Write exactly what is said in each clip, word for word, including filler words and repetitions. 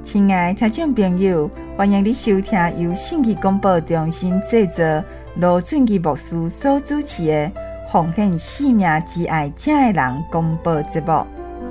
亲爱的听众朋友，欢迎你收听由信息广播中心制作、罗俊吉牧师所主持的《奉献生命之爱正的人》广播节目。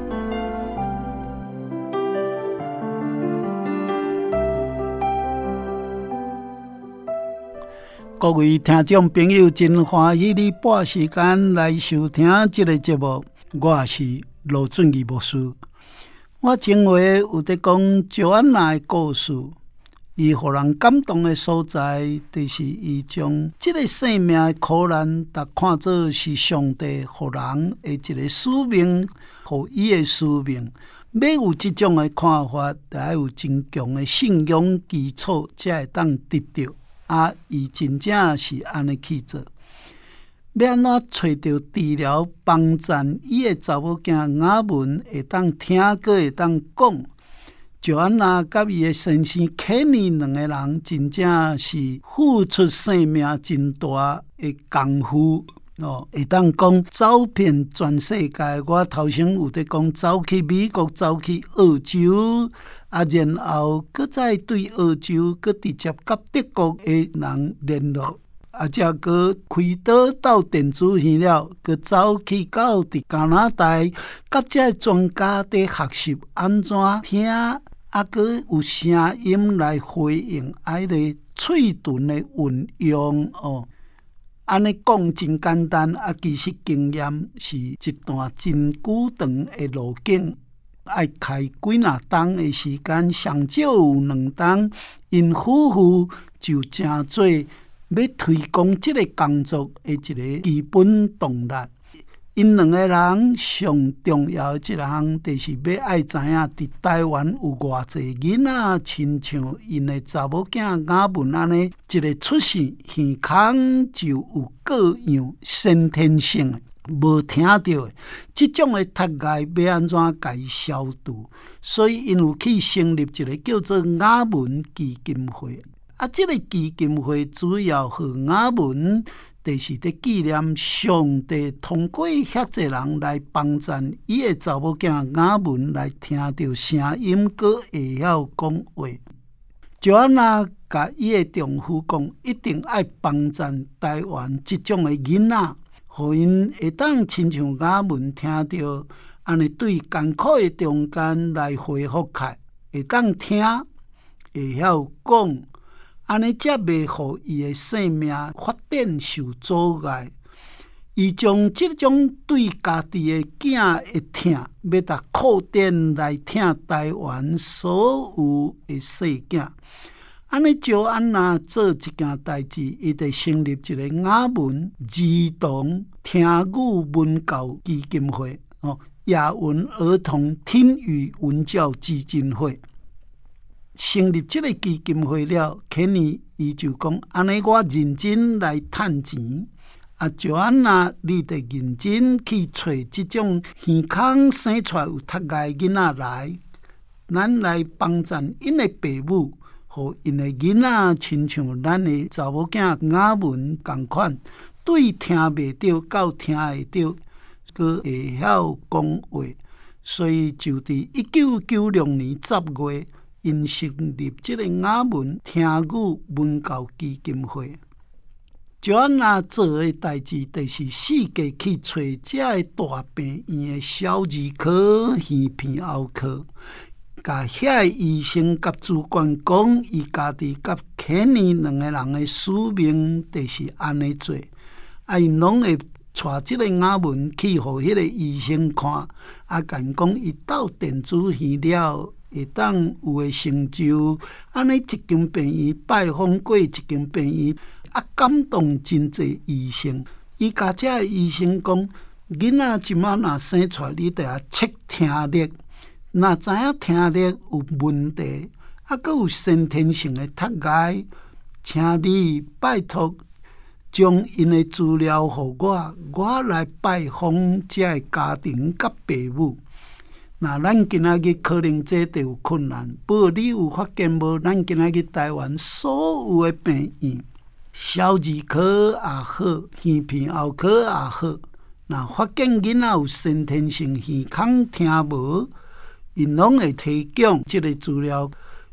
各位听众朋友，真欢喜你拨时间来收听这个节目。我是罗俊义牧师。我前话有在讲约翰娜的故事，伊互人感动的所在，就是伊将这个生命的苦难，达看作是上帝互人的一个使命，互伊的使命。要有这种的看法，得有真强的信仰基础，才会当得到。啊，伊真正是安尼去做。要安怎找到治疗帮赞伊的查某囝雅文会当听，阁会当讲？约翰娜甲伊的先生肯尼两个人，真正是付出生命真大的功夫哦。会当讲走遍全世界，我头先有在讲走去美国，走去澳洲。啊，然后搁再对澳洲，搁直接甲德国的人联络，啊，才搁开刀到电子院了，搁走去到伫加拿大，甲这专家伫学习安怎听，啊，搁有声音来回应啊，个喙唇的运用哦。安尼讲真简单，啊，其实经验是一段真久长的路径。爱开几若冬的时间，上少有两冬，因夫妇就正做要推广这个工作的一个基本动力。因两个人上重要的一项，就是要爱知影伫台湾有偌济囡仔，亲像因的查某囝雅文安尼，一个出世耳孔就有各样先天性的。无听到的，这种的窒碍要安怎甲伊消除？所以因有去成立一个叫做雅文基金会。啊，这个基金会主要和雅文，就是伫纪念上帝通过遐济人来帮赞伊的查某囝雅文来听到声音，阁会晓讲话。约翰娜甲伊的丈夫讲，一定爱帮赞台湾这种的囡仔。互因会当亲像雅文听到，安尼对艰苦的中间来恢复开，会当听，会晓讲，安尼才袂互伊的生命发展受阻碍。伊将即种对家己的囝的听，要达扩展来听台湾所有的细囝。安尼约翰娜做一件代志，伊就成立一个雅文儿童听语文教基金会哦，雅文儿童听语文教基金会。成立这个基金会了，肯尼伊就讲：安尼我认真来趁钱。啊，约翰娜，你得认真去找这种耳孔生出来有窒碍囡仔来，咱来帮赞因的父母。互因的囡仔亲像咱的查某囝雅文同款，对听袂着到听会着，佮会晓讲话。所以就伫一九九六年十月，因成立这个雅文听语文教基金会。约翰娜做的代志，就是世界去找这个大病院的小儿科、耳鼻喉科。甲遐医生甲主管讲，伊家己甲肯尼两个人的使命就是安尼做，啊，因拢会带即个雅文去互迄个医生看，啊，甲因讲伊到电子院了，会当有诶成就，安尼一间病院拜访过一间病院，啊，感动真济医生。伊甲遮个医生讲，囡仔即马若生出来，你得要测听力。若知影听力有问题，啊，阁有先天性的窒碍，请你拜托将因的资料互我，我来拜访这个家庭甲父母。那咱今仔日可能这就有困难，不过你有发现无？咱今仔日台湾所有的病院，小儿科也好，耳鼻喉科也好，若发现囡仔有先天性耳孔听无。因拢会提供这个资料，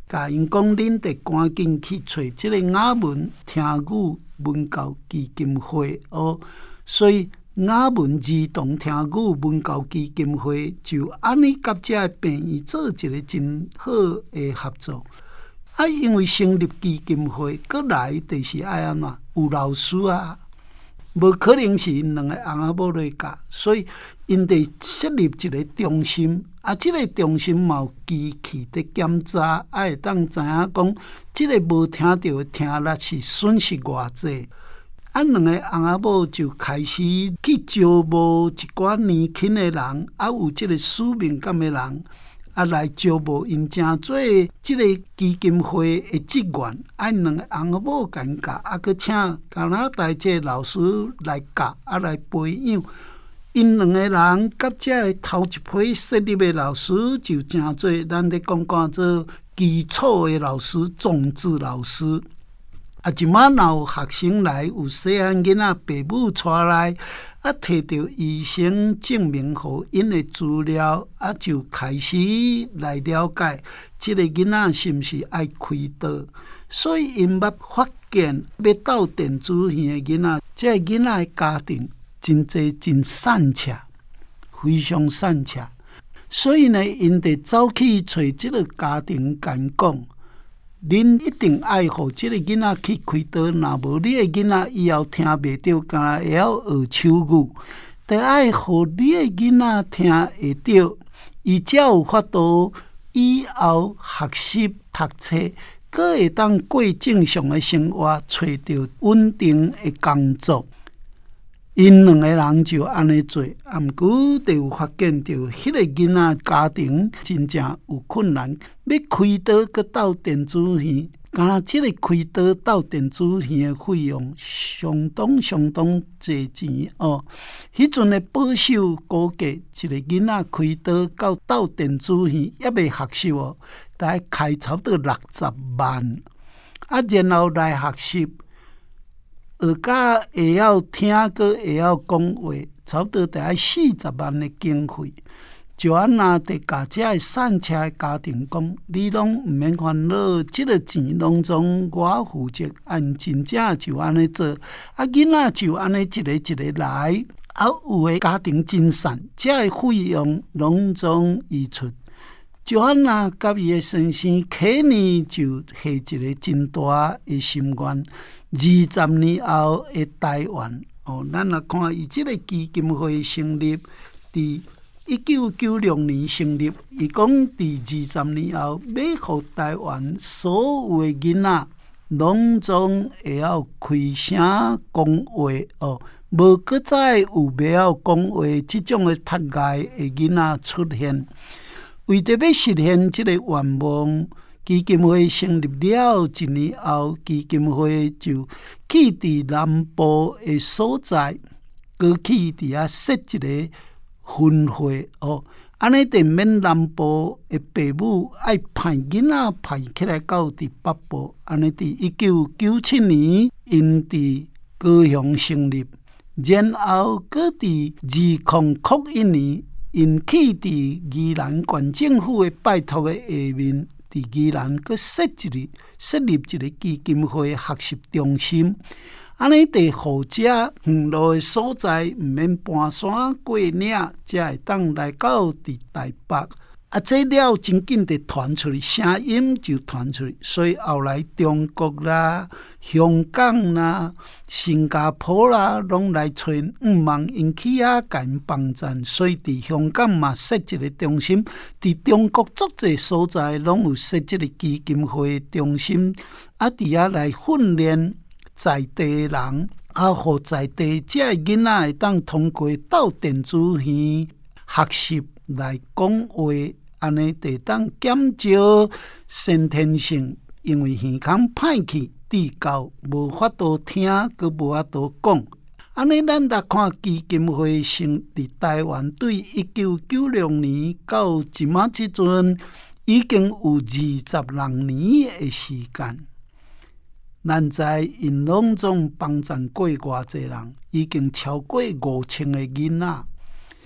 甲因讲，恁得赶紧去找即个雅文听语文教基金会哦。所以雅文儿童听语文教基金会就安尼甲遮个病院做一个真好的合作。啊，因为成立基金会，过来就是爱安怎有老师啊，无可能是因两个翁仔某来教，所以因得设立一个中心。啊，即、这个中心嘛有机器伫检查，啊会当知影讲，即、这个无听到的听力是损失偌济。啊，两个翁仔某就开始去招募一寡年轻的人，啊有即个使命感的人。啊，来招募因正做即个基金会的职员，啊，两个翁仔某间教，啊，佮请加拿大这老师来教，啊，来培养。因两个人甲这头一批设立的老师就正做，咱咧讲讲做基础的老师、种子老师。啊，即摆若有学生来，有细汉囡仔爸母带来。啊，摕到医生证明互因的资料，啊，就开始来了解即个囡仔是毋是爱开刀。所以因捌发现要斗电子耳的囡仔，即个囡仔的家庭真济真善洽，非常善洽。所以呢，因得走去找即个家庭间讲。恁一定爱互即个囡仔去开刀，若无你的囡仔以后听袂着，敢若会晓学手语。得爱互你的囡仔听会着，伊才有法度以后学习读册，阁会当过正常的生活，找到稳定的工作。因两个人就安尼做，啊，毋过就有发现到，迄个囡仔家庭真正有困难，要开刀佮斗电子耳，敢若即个开刀斗电子耳的费用相当相当济钱哦。迄阵的保守估计，一个囡仔开刀到斗电子耳，也未学习哦，大概开差不多六十万，啊，然后来学习。学甲会晓听，阁会晓讲话，差不多得爱四十万的经费。就安那得甲遮个善车的家庭讲，你拢毋免烦恼，即个钱拢总我负责，按真正就安尼做。啊，囡仔就安尼一个一个来，啊，有的家庭真善，遮个费用拢总移出。就安那甲伊的先生，去年就下一个真大的心愿。二十年后的台湾，哦，咱来看伊即个基金会成立，伫一九九六年成立。伊讲伫二十年后，要互台湾所有的囡仔，拢总会晓开声讲话哦，无搁再有袂晓讲话即种的读业的囡仔出现。为着要实现即个愿望。基金会成立了一年后，基金会就去伫南部的所在，过去伫遐设一个分会哦，安尼就免南部的父母爱派囡仔派起来到伫北部，安尼伫一九九七年因伫高雄成立，然后搁伫二零零一年因去伫宜兰县政府的拜托的下面。伫宜兰，佮设一个设立一个基金会学习中心，安尼地互遮远路的所在，毋免搬山过岭，才会当来到伫台北。啊，这了真紧地传出去，声音就传出去，所以后来中国啦、香港啦、新加坡啦，拢来找五望因去遐甲因帮衬。所以伫香港嘛设一个中心，伫中国足侪所在拢有设一个基金会中心，啊，伫遐来训练在地人，啊，互在地遮个囡仔会当通过斗电子耳学习来讲话。安尼得当减少先天性，因为耳孔歹去，智教无法度听，佮无法度讲。安尼咱来看基金会成立台湾，对一九九六年到即马即阵，已经有二十六年的时间。咱知因拢总帮助过偌济人，已经超过五千个囡仔。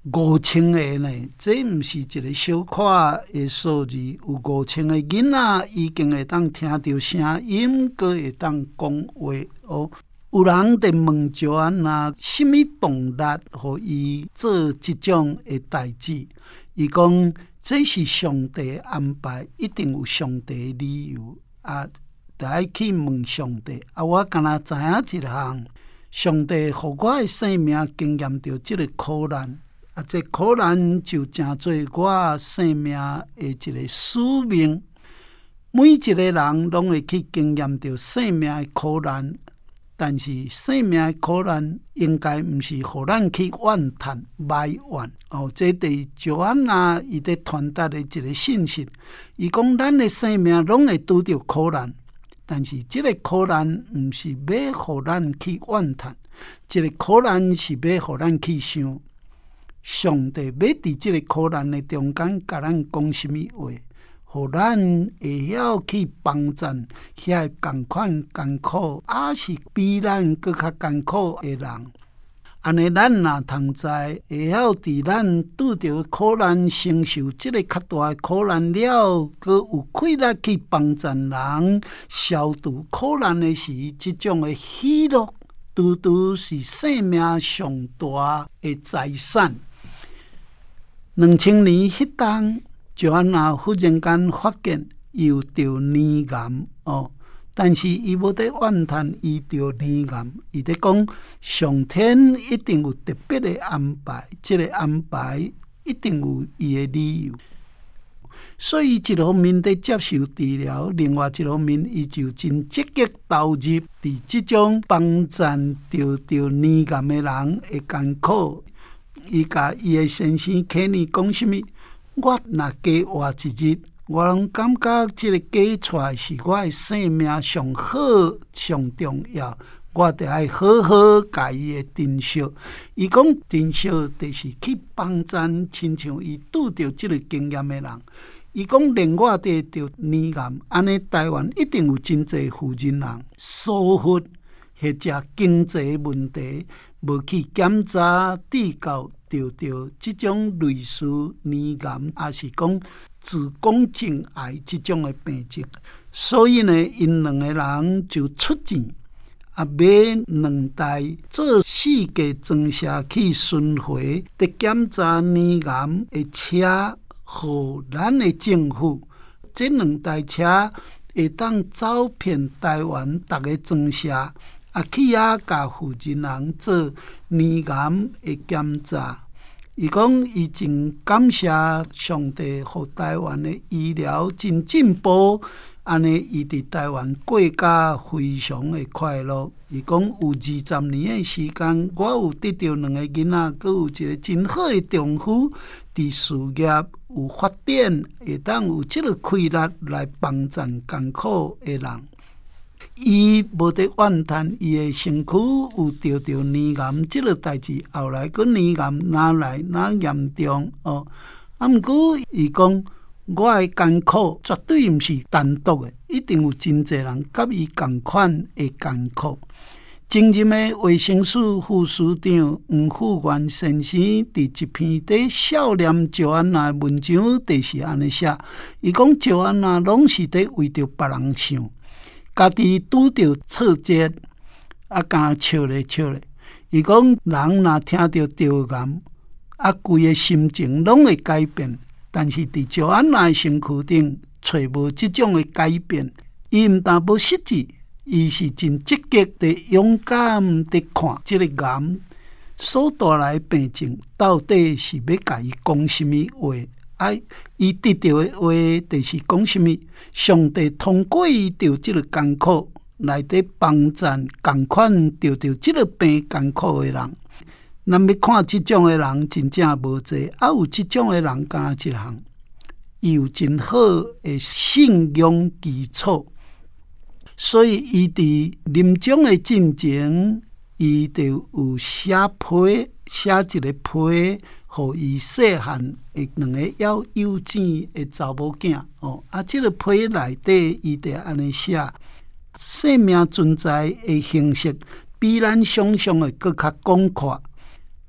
五千个呢，这毋是一个小可的数字，有五千个囡仔已经会当听到声音，阁会当讲话哦。有人伫问赵安娜，什么动力互伊做即种的代志？伊讲这是上帝安排，一定有上帝的理由啊！得爱去问上帝啊！我敢若知影一项，上帝互我的生命经验到即个苦难。啊，这苦难就成做我生命的一个使命。每一个人拢会去经验到生命的苦难，但是生命的苦难应该毋是互咱去怨叹埋怨。哦，这对赵安娜伊在传达的一个信息，伊讲咱的生命拢会拄到苦难，但是这个苦难毋是要互咱去怨叹，这个苦难是要互咱去想。上帝要伫即个苦难的中间，甲咱讲什么话，互咱会晓去帮助遐共款艰苦，也是比咱更较艰苦的人。安尼，咱若通知会晓伫咱拄着苦难、承受即个较大的苦难了，佮有气力去帮助人消除苦难的时，即种的喜乐，拄拄是生命上大的财产。两千年迄当，赵安娜忽然间发现伊有得咽癌哦，但是伊无得怨叹伊得咽癌，伊在讲上天一定有特别的安排，这个安排一定有伊的理由。所以一方面在接受治疗，另外一方面伊就真积极投入伫即种帮助得着咽癌的人的艰苦。伊甲伊的先生肯尼讲什么？我若加活一日，我拢感觉即个加出来是我的生命上好、上重要。我得爱好好甲伊的珍惜。伊讲珍惜就是去帮助，亲像伊拄着即个经验的人。伊讲连我得着咽癌，安尼台湾一定有真侪负责人疏忽或者经济问题。无去检查治疗，得到即种类似咽癌，也是讲子宫颈癌即种的病症，所以呢，因两个人就出钱，啊，买两台做四个装车去巡回的检查咽癌的车，互咱的政府，这两台车会当走遍台湾逐个装车。啊，去啊，甲负责人做咽癌的检查。伊讲，伊真感谢上帝，互台湾的医疗真进步。安尼，伊伫台湾过甲非常的快乐。伊讲，有二十年的时间，我有得到两个囡仔，佮有一个真好的丈夫，伫事业有发展，会当有即个气力来帮助艰苦的人。伊无得怨叹，伊的身躯有得着咽癌即个代志，后来佮咽癌哪来哪严重哦？啊，毋过伊讲，我的艰苦绝对毋是单独的，一定有真侪人甲伊共款的艰苦。前任的卫生署副署长黄富源先生伫一篇伫少年赵安娜的文章，就是安尼写。伊讲赵安娜拢是伫为着别人想。家己拄着挫折，啊，敢笑咧笑咧。伊讲人若听到得癌，啊，规个心情拢会改变。但是伫赵安娜的身躯顶，找无即种的改变。伊毋但无失志，伊是真积极地、勇敢地看即个癌所带来病症，到底是要甲伊讲什么话？啊，伊得到的话，就是讲什么？上帝通过伊得即个艰苦，来伫帮助共款得到即个病艰苦的人。咱要看即种的人，真正无济，啊，有即种的人，敢若一项，伊有真好的信仰基础，所以伊伫临终的进前，伊就有写批，写一个批。互伊细汉的两个还幼稚的查某囝哦，啊，即、这个批内底伊就安尼写：生命存在的形式比咱想象的更较广阔，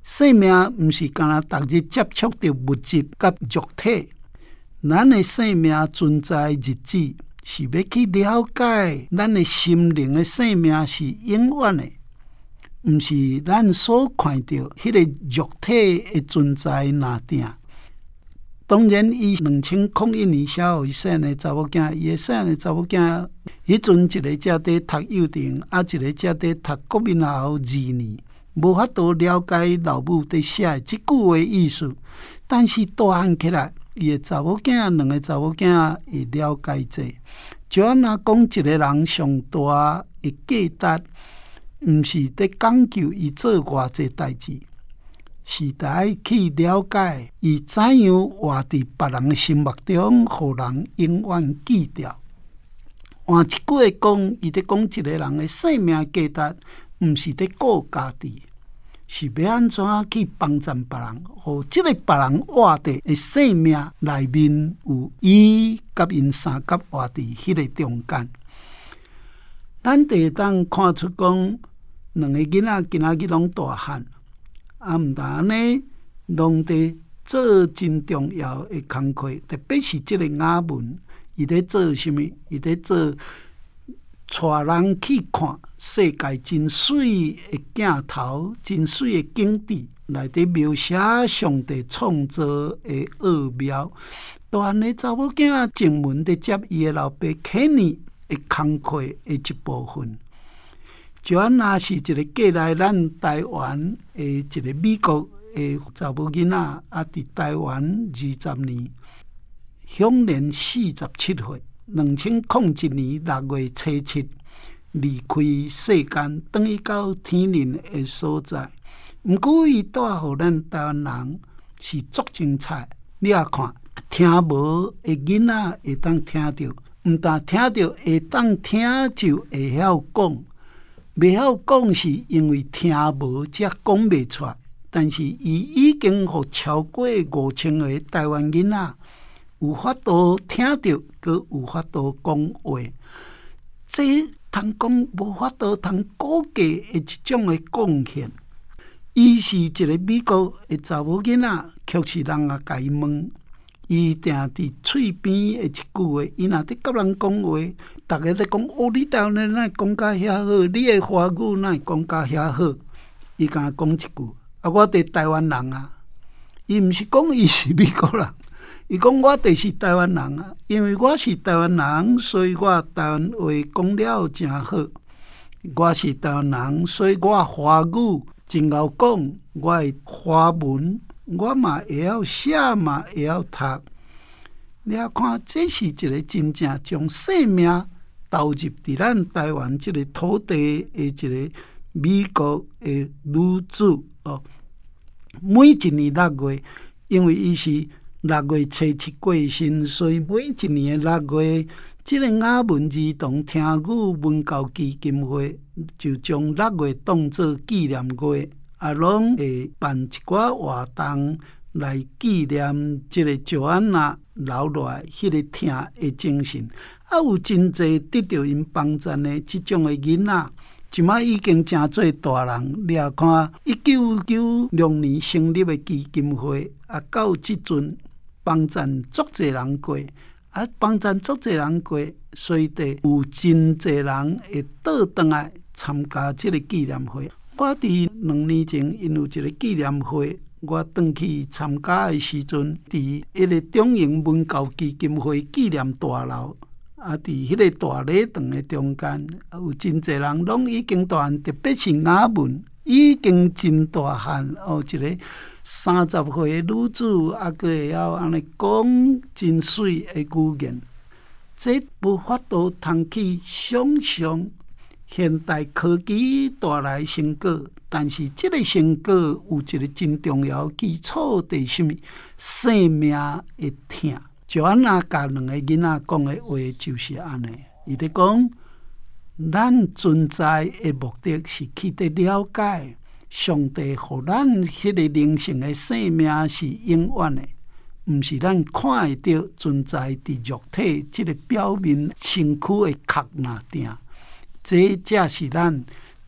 生命毋是干那逐日接触到物质甲肉体，咱的生命存在日子是要去了解咱的心灵的生命是永远的，毋是咱所看到迄个肉体的存在那定。当然，伊两千零一年写互伊细汉查某囝，伊的细汉查某囝，迄阵一个才伫读幼稚园，啊一个才伫读国民学校二年，无法度了解老母伫写的即句话意思。但是大汉起来，伊的查某囝两个查某囝会了解这。就安那讲，一个人上大的价值，毋是伫讲究伊做偌济代志。是得爱去了解，伊怎样活伫别人的心目中，互人永远记住。换一句话讲，伊伫讲一个人的生命价值，毋是伫顾家己，是要安怎去帮助别人，互即个别人活伫的生命内面有伊甲因三角活伫迄个中间。咱就会当看出讲，两个囡仔今仔日拢大汉。啊，毋但安尼，拢伫做真重要的工课，特别是即个雅文，伊伫做啥物？伊伫做带人去看世界真水的镜头、真水的景致，内底描写上帝创造的奥妙。大汉的查某囝正文伫接伊的老爸肯尼的工课的一部分。就安那是一个过来咱台湾的一个美国的查某囡仔，啊，伫台湾二十年，享年四十七岁，两千零一年六月初七离开世间，转去到天灵的所在。毋过伊带互咱台湾人是足精彩，你也看听无的囡仔会当听着，毋但听着会当听就会晓讲。袂晓讲是因为听无才讲袂出来，但是伊已经互超过五千个台湾囡仔有法度听到，佮有法度讲话。这通讲无法度通估计的一种的贡献。伊是一个美国的查某囡仔，却是人也甲伊问。伊定伫喙边的一句话，伊若伫甲人讲话，逐个咧讲哦，你台湾人哪会讲甲遐好？你的华语哪会讲甲遐好？伊敢讲一句啊，我伫台湾人啊。伊毋是讲伊是美国人，伊讲我就是台湾人啊。因为我是台湾人，所以我台湾话讲了真好。我是台湾人，所以我华语真晓讲，我的华文。我嘛会晓写，嘛会晓读。你啊看，这是一个真正将生命投入伫咱台湾这个土地的一个美国的女子哦。每一年六月，因为伊是六月初七过身，所以每一年的六月，这个雅文儿童听语文教基金会就将六月当作纪念月。啊，拢会办一寡活动来纪念即个乔安娜留落来迄个听的精神。啊，有真侪得到因帮助的即种的囡仔，即摆已经真做大人。你也看，一九九六年成立的基金会，啊，到即阵帮助足侪人过，啊，帮助足侪人过，所以得有真侪人会倒转来参加即个纪念会。我伫两年前，因有一个纪念会，我转去参加的时阵，伫一个中营文教基金会纪念大楼，啊，伫迄个大礼堂的中间，有真侪人拢已经大汉，特别是雅文，已经真大汉哦，一个三十岁的女子，啊，佫会晓安尼讲真水的语言，这无法度通去想象。现代科技带来成果，但是这个成果有一个真重要基础，就是什么？生命的听。就安那甲两个囡仔讲的话就是安尼。伊伫讲，咱存在的目的是去得了解上帝，互咱迄个灵性的生命是永远的，毋是咱看会到存在伫肉体这个表面身躯的壳那定。这才是咱伫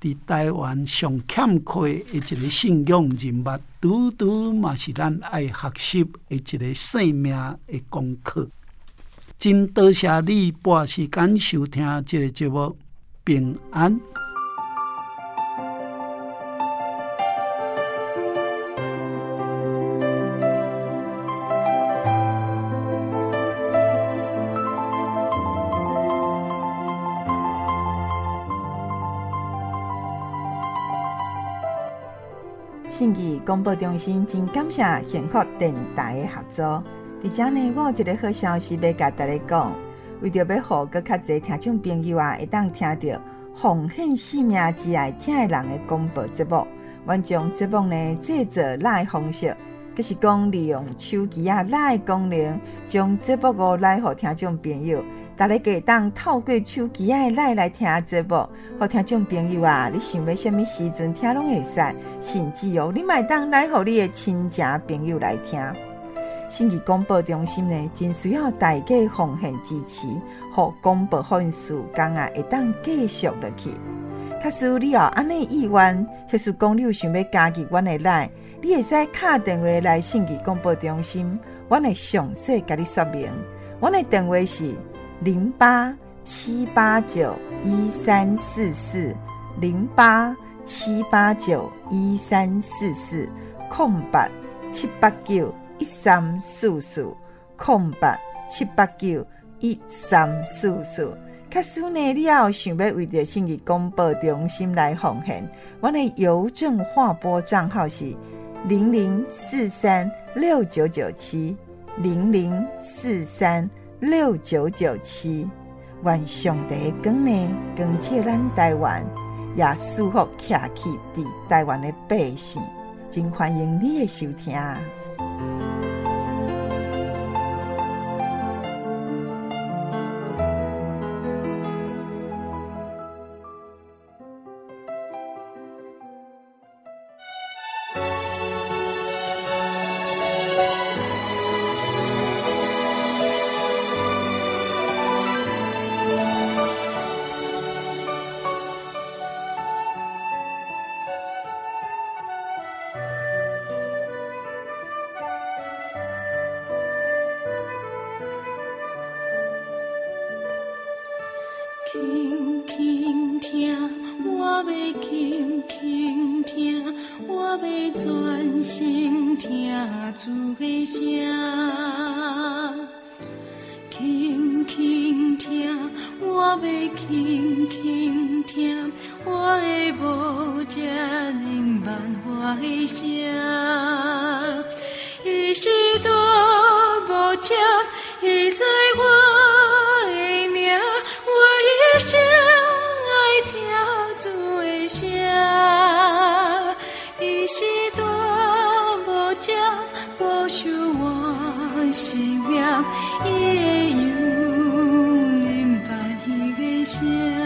伫台湾上欠缺的一个信仰人物，拄拄嘛是咱爱学习的一个生命的功课。真多谢你拨时间收听这个节目，平安。 信义广播中心真感谢幸福电台的合作。伫遮呢，我有一个好消息要甲大家讲，为着要互搁较侪听众朋友啊，会当听到奉献生命之爱正的人的广播节目。阮将节目呢制作拉的方式，就是讲利用手机啊拉的功能，将节目哦拉互听众朋友。大家可当透过手机啊来来听节目，互听众朋友啊，你想要什么时阵听拢会使，甚至哦，你嘛当来互你的亲情朋友来听。信义广播中心呢，真需要大家奉献支持，互广播好事工啊会当继续落去。假使你有安尼意愿，或是讲你有想要加入阮的来，你会使打电话来信义广播中心，阮会详细甲你说明。阮的电话是零八七八九一三四四零八七八九一三四四空八七八九一三四四空八七八九一三四四。假使呢，你要想要为着信义广播中心来奉献，我的邮政划拨账号是零零四三六九九七零零四三六九九七。愿上帝光呢光照咱台湾，也祝福徛起伫台湾的百姓。真欢迎你的收听。 轻轻听，我要轻轻听，我要专心听主的声。轻轻听，我要轻轻听，我的无遮人万花的声。伊是大无遮，伊知我的名。我一生爱听主的声，伊是大无遮，保守我生命，伊的永远把伊的声。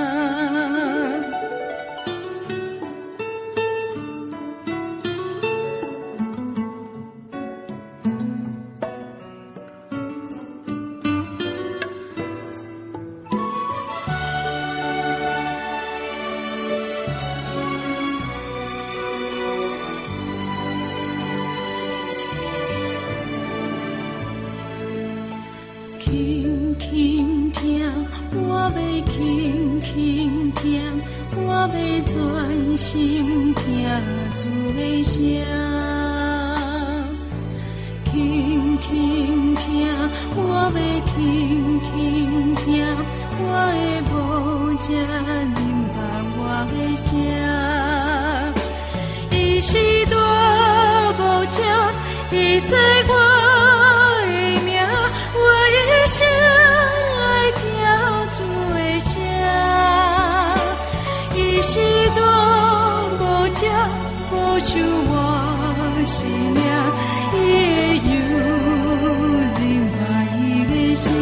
轻轻听，我要轻轻听，我要专心听主的声。轻轻听，我要轻轻听，我的无遮人把我的声。伊是大无遮，伊知我。我爱听主的声，伊是大无遮，保守我生命，伊的永远把伊的声，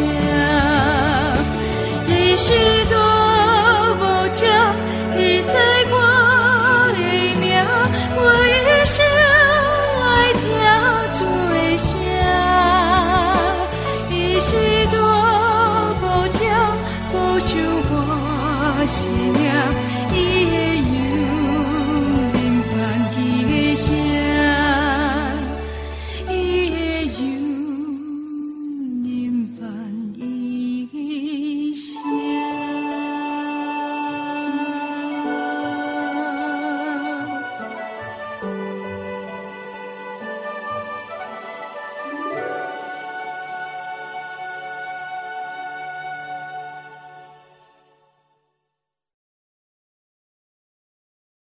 伊是大无遮，伊知我的名，我一生爱听主的声，伊是。保守我生命。